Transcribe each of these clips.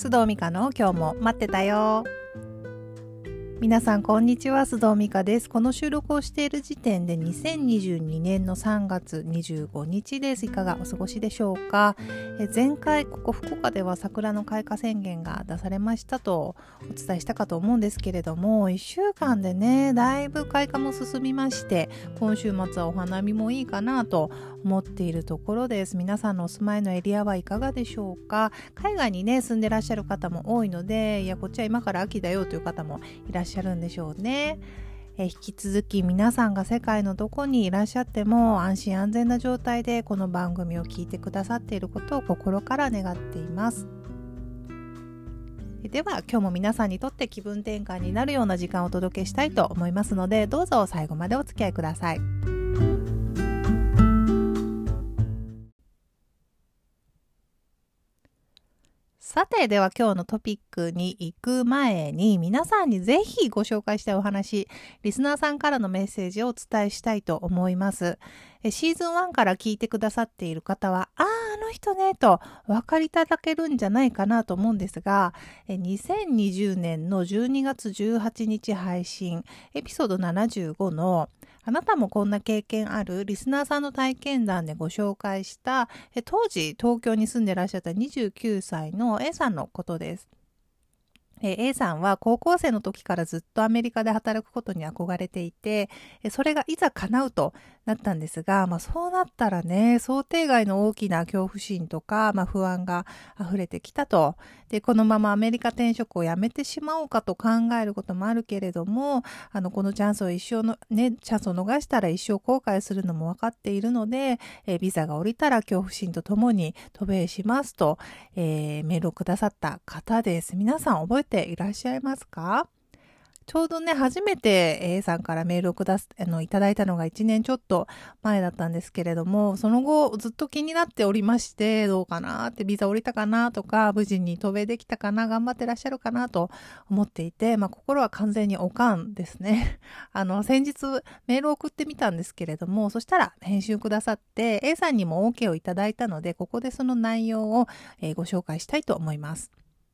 須藤美香の今日も待ってたよ。皆さんこんにちは、須藤美香です。この収録をしている時点で2022年の3月25日です。いかがお過ごしでしょうか。前回ここ福岡では桜の開花宣言が出されましたとお伝えしたかと思うんですけれども、1週間でねだいぶ開花も進みまして、今週末はお花見もいいかなと思っているところです。皆さんのお住まいのエリアはいかがでしょうか。海外にね住んでらっしゃる方も多いので、いやこっちは今から秋だよという方もいらっしゃるんでしょうね。引き続き皆さんが世界のどこにいらっしゃっても安心安全な状態でこの番組を聞いてくださっていることを心から願っています。では今日も皆さんにとって気分転換になるような時間をお届けしたいと思いますので、どうぞ最後までお付き合いください。さて、では今日のトピックに行く前に、皆さんにぜひご紹介したいお話、リスナーさんからのメッセージをお伝えしたいと思います。シーズン1から聞いてくださっている方は、あの人ねとお分かりいただけるんじゃないかなと思うんですが、2020年の12月18日配信、エピソード75のあなたもこんな経験あるリスナーさんの体験談でご紹介した当時東京に住んでいらっしゃった29歳の A さんのことです。A さんは高校生の時からずっとアメリカで働くことに憧れていて、それがいざ叶うとなったんですが、そうなったらね、想定外の大きな恐怖心とか、不安が溢れてきたと。で、このままアメリカ転職をやめてしまおうかと考えることもあるけれども、このチャンスを逃したら一生後悔するのも分かっているので、ビザが降りたら恐怖心とともに渡米しますと、メールをくださった方です。皆さん覚えていらっしゃいますか？ちょうどね、初めて A さんからメールをいただいたのが1年ちょっと前だったんですけれども、その後ずっと気になっておりまして、どうかなって、ビザ降りたかなとか、無事に渡米できたかな、頑張ってらっしゃるかなと思っていて、心は完全におかんですね。先日メールを送ってみたんですけれども、そしたら返信くださって、A さんにも OK をいただいたので、ここでその内容をご紹介したいと思います。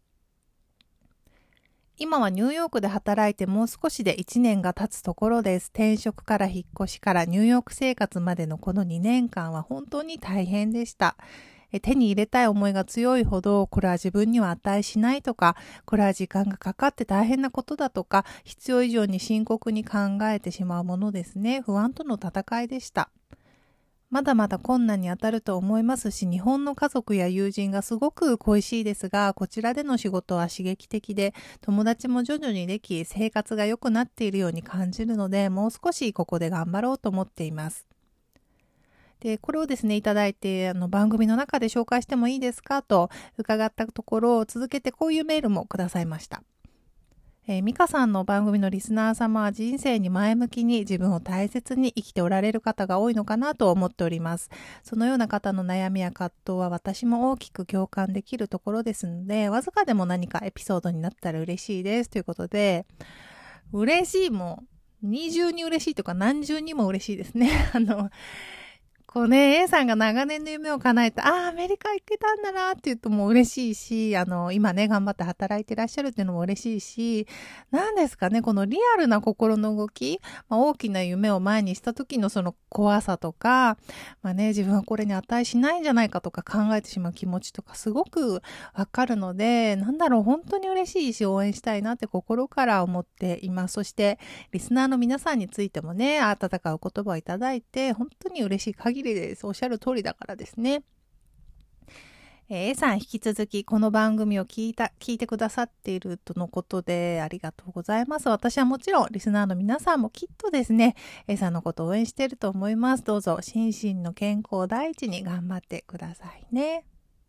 今はニューヨークで働いてもう少しで1年が経つところです。転職から引っ越しからニューヨーク生活までのこの2年間は本当に大変でした。手に入れたい思いが強いほど、これは自分には値しないとか、これは時間がかかって大変なことだとか、必要以上に深刻に考えてしまうものですね。不安との戦いでした。まだまだ困難に当たると思いますし、日本の家族や友人がすごく恋しいですが、こちらでの仕事は刺激的で、友達も徐々にでき、生活が良くなっているように感じるので、もう少しここで頑張ろうと思っています。で、これをですね、いただいて、番組の中で紹介してもいいですかと伺ったところ、続けてこういうメールもくださいました。美香さんの番組のリスナー様は人生に前向きに自分を大切に生きておられる方が多いのかなと思っております。そのような方の悩みや葛藤は私も大きく共感できるところですので、わずかでも何かエピソードになったら嬉しいですということで、嬉しいも二重に嬉しいとか何重にも嬉しいですね。こうね、A さんが長年の夢を叶えて、アメリカ行けたんだなって言うともう嬉しいし、今ね、頑張って働いてらっしゃるっていうのも嬉しいし、何ですかね、このリアルな心の動き、大きな夢を前にした時のその怖さとか、自分はこれに値しないんじゃないかとか考えてしまう気持ちとかすごくわかるので、本当に嬉しいし応援したいなって心から思っています。そして、リスナーの皆さんについてもね、温かいお言葉をいただいて、本当に嬉しい限りです。おっしゃる通りだからですね。A さん引き続きこの番組を聞いてくださっているとのことでありがとうございます。私はもちろんリスナーの皆さんもきっとですね、A さんのことを応援していると思います。どうぞ心身の健康を第一に頑張ってくださいね。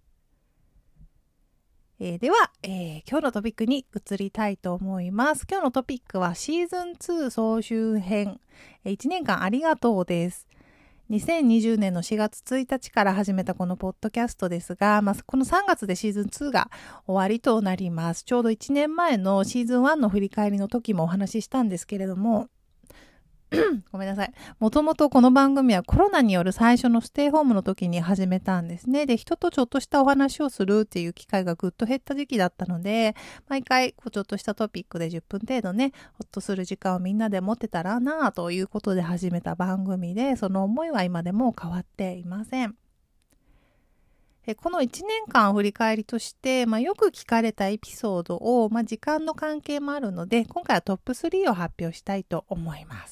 では、今日のトピックに移りたいと思います。今日のトピックはシーズン2総集編、1年間ありがとうです。2020年の4月1日から始めたこのポッドキャストですが、この3月でシーズン2が終わりとなります。ちょうど1年前のシーズン1の振り返りの時もお話ししたんですけれども、 ごめんなさい。もともとこの番組はコロナによる最初のステイホームの時に始めたんですね。で、人とちょっとしたお話をするっていう機会がぐっと減った時期だったので、毎回ちょっとしたトピックで10分程度ね、ほっとする時間をみんなで持ってたらなぁということで始めた番組で、その思いは今でも変わっていません。この1年間振り返りとして、よく聞かれたエピソードを、時間の関係もあるので、今回はトップ3を発表したいと思います。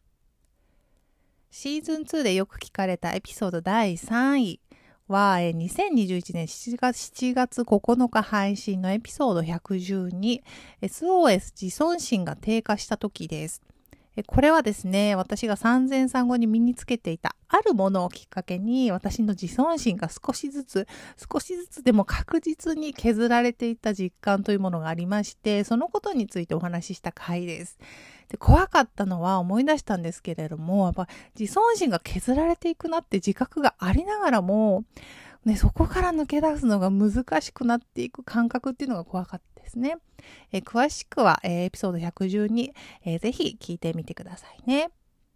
シーズン2でよく聞かれたエピソード第3位は、2021年7月9日配信のエピソード112、SOS 自尊心が低下した時です。これはですね、私が産前産後に身につけていたあるものをきっかけに、私の自尊心が少しずつでも確実に削られていった実感というものがありまして、そのことについてお話しした回です。で、怖かったのは思い出したんですけれども、やっぱ自尊心が削られていくなって自覚がありながらも、そこから抜け出すのが難しくなっていく感覚っていうのが怖かったですね。詳しくは、エピソード112、ぜひ聞いてみてくださいね。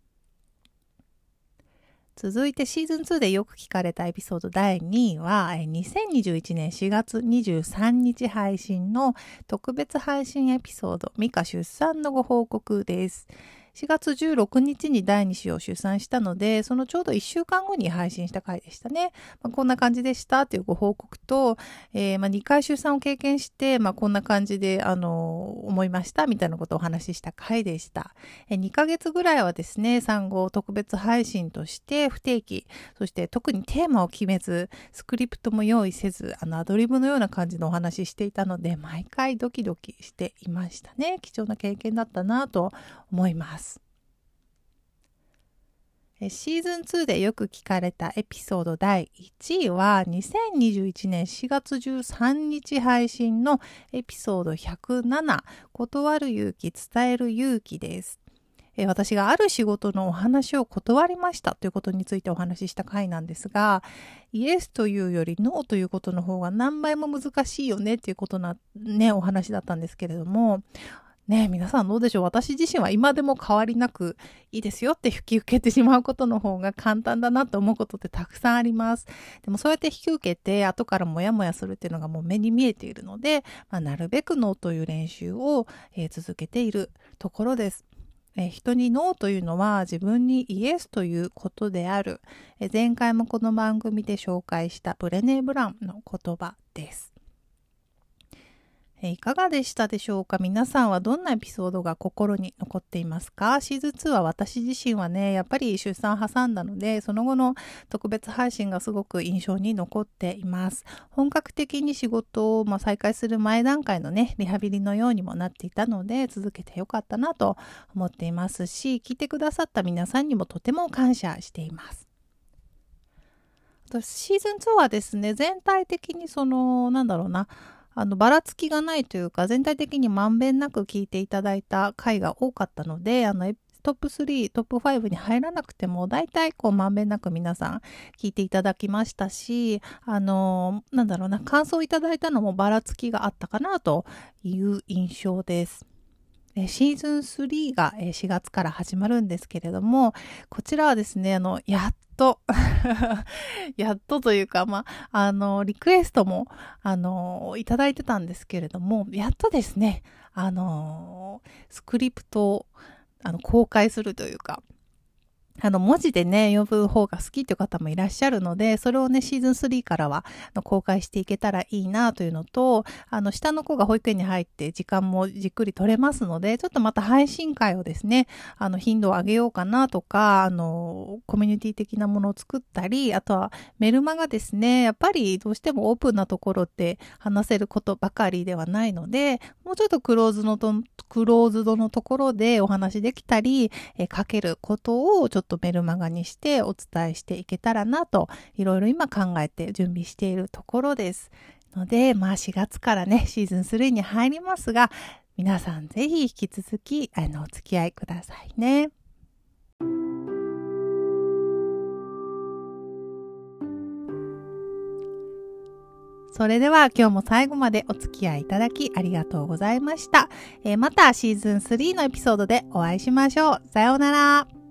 続いてシーズン2でよく聞かれたエピソード第2位は、2021年4月23日配信の特別配信エピソード、ミカ出産のご報告です。4月16日に第2子を出産したので、そのちょうど1週間後に配信した回でしたね。こんな感じでしたというご報告と、2回出産を経験して、こんな感じで、思いましたみたいなことをお話しした回でした。2ヶ月ぐらいはですね、産後特別配信として不定期、そして特にテーマを決めず、スクリプトも用意せず、アドリブのような感じのお話ししていたので、毎回ドキドキしていましたね。貴重な経験だったなと思います。シーズン2でよく聞かれたエピソード第1位は2021年4月13日配信のエピソード107、断る勇気、伝える勇気です。私がある仕事のお話を断りましたということについてお話しした回なんですが、イエスというよりノーということの方が何倍も難しいよねっていうことなね、お話だったんですけれども、皆さんどうでしょう。私自身は今でも変わりなくいいですよって引き受けてしまうことの方が簡単だなと思うことってたくさんあります。でもそうやって引き受けて後からモヤモヤするっていうのがもう目に見えているので、なるべくノーという練習を、続けているところです。人にノーというのは自分にイエスということである。前回もこの番組で紹介したブレネー・ブラウンの言葉です。いかがでしたでしょうか。皆さんはどんなエピソードが心に残っていますか。シーズン2は私自身はね、やっぱり出産挟んだので、その後の特別配信がすごく印象に残っています。本格的に仕事を再開する前段階のね、リハビリのようにもなっていたので、続けてよかったなと思っていますし、聞いてくださった皆さんにもとても感謝しています。シーズン2はですね、全体的にばらつきがないというか、全体的にまんべんなく聞いていただいた回が多かったので、トップ3、トップ5に入らなくても、大体まんべんなく皆さん聞いていただきましたし、感想いただいたのもばらつきがあったかなという印象です。シーズン3が4月から始まるんですけれども、こちらはですね、やっとというか、リクエストも、いただいてたんですけれども、やっとですね、スクリプトを、公開するというか、文字でね、読む方が好きという方もいらっしゃるので、それをね、シーズン3からは公開していけたらいいなというのと、下の子が保育園に入って時間もじっくり取れますので、ちょっとまた配信会をですね、頻度を上げようかなとか、コミュニティ的なものを作ったり、あとはメルマガですね、やっぱりどうしてもオープンなところって話せることばかりではないので、もうちょっとクローズドのところでお話できたり、書けることをちょっとメルマガにしてお伝えしていけたらなと、いろいろ今考えて準備しているところですので、4月からね、シーズン3に入りますが、皆さんぜひ引き続きお付き合いくださいね。 それでは今日も最後までお付き合いいただきありがとうございました。またシーズン3のエピソードでお会いしましょう。さようなら。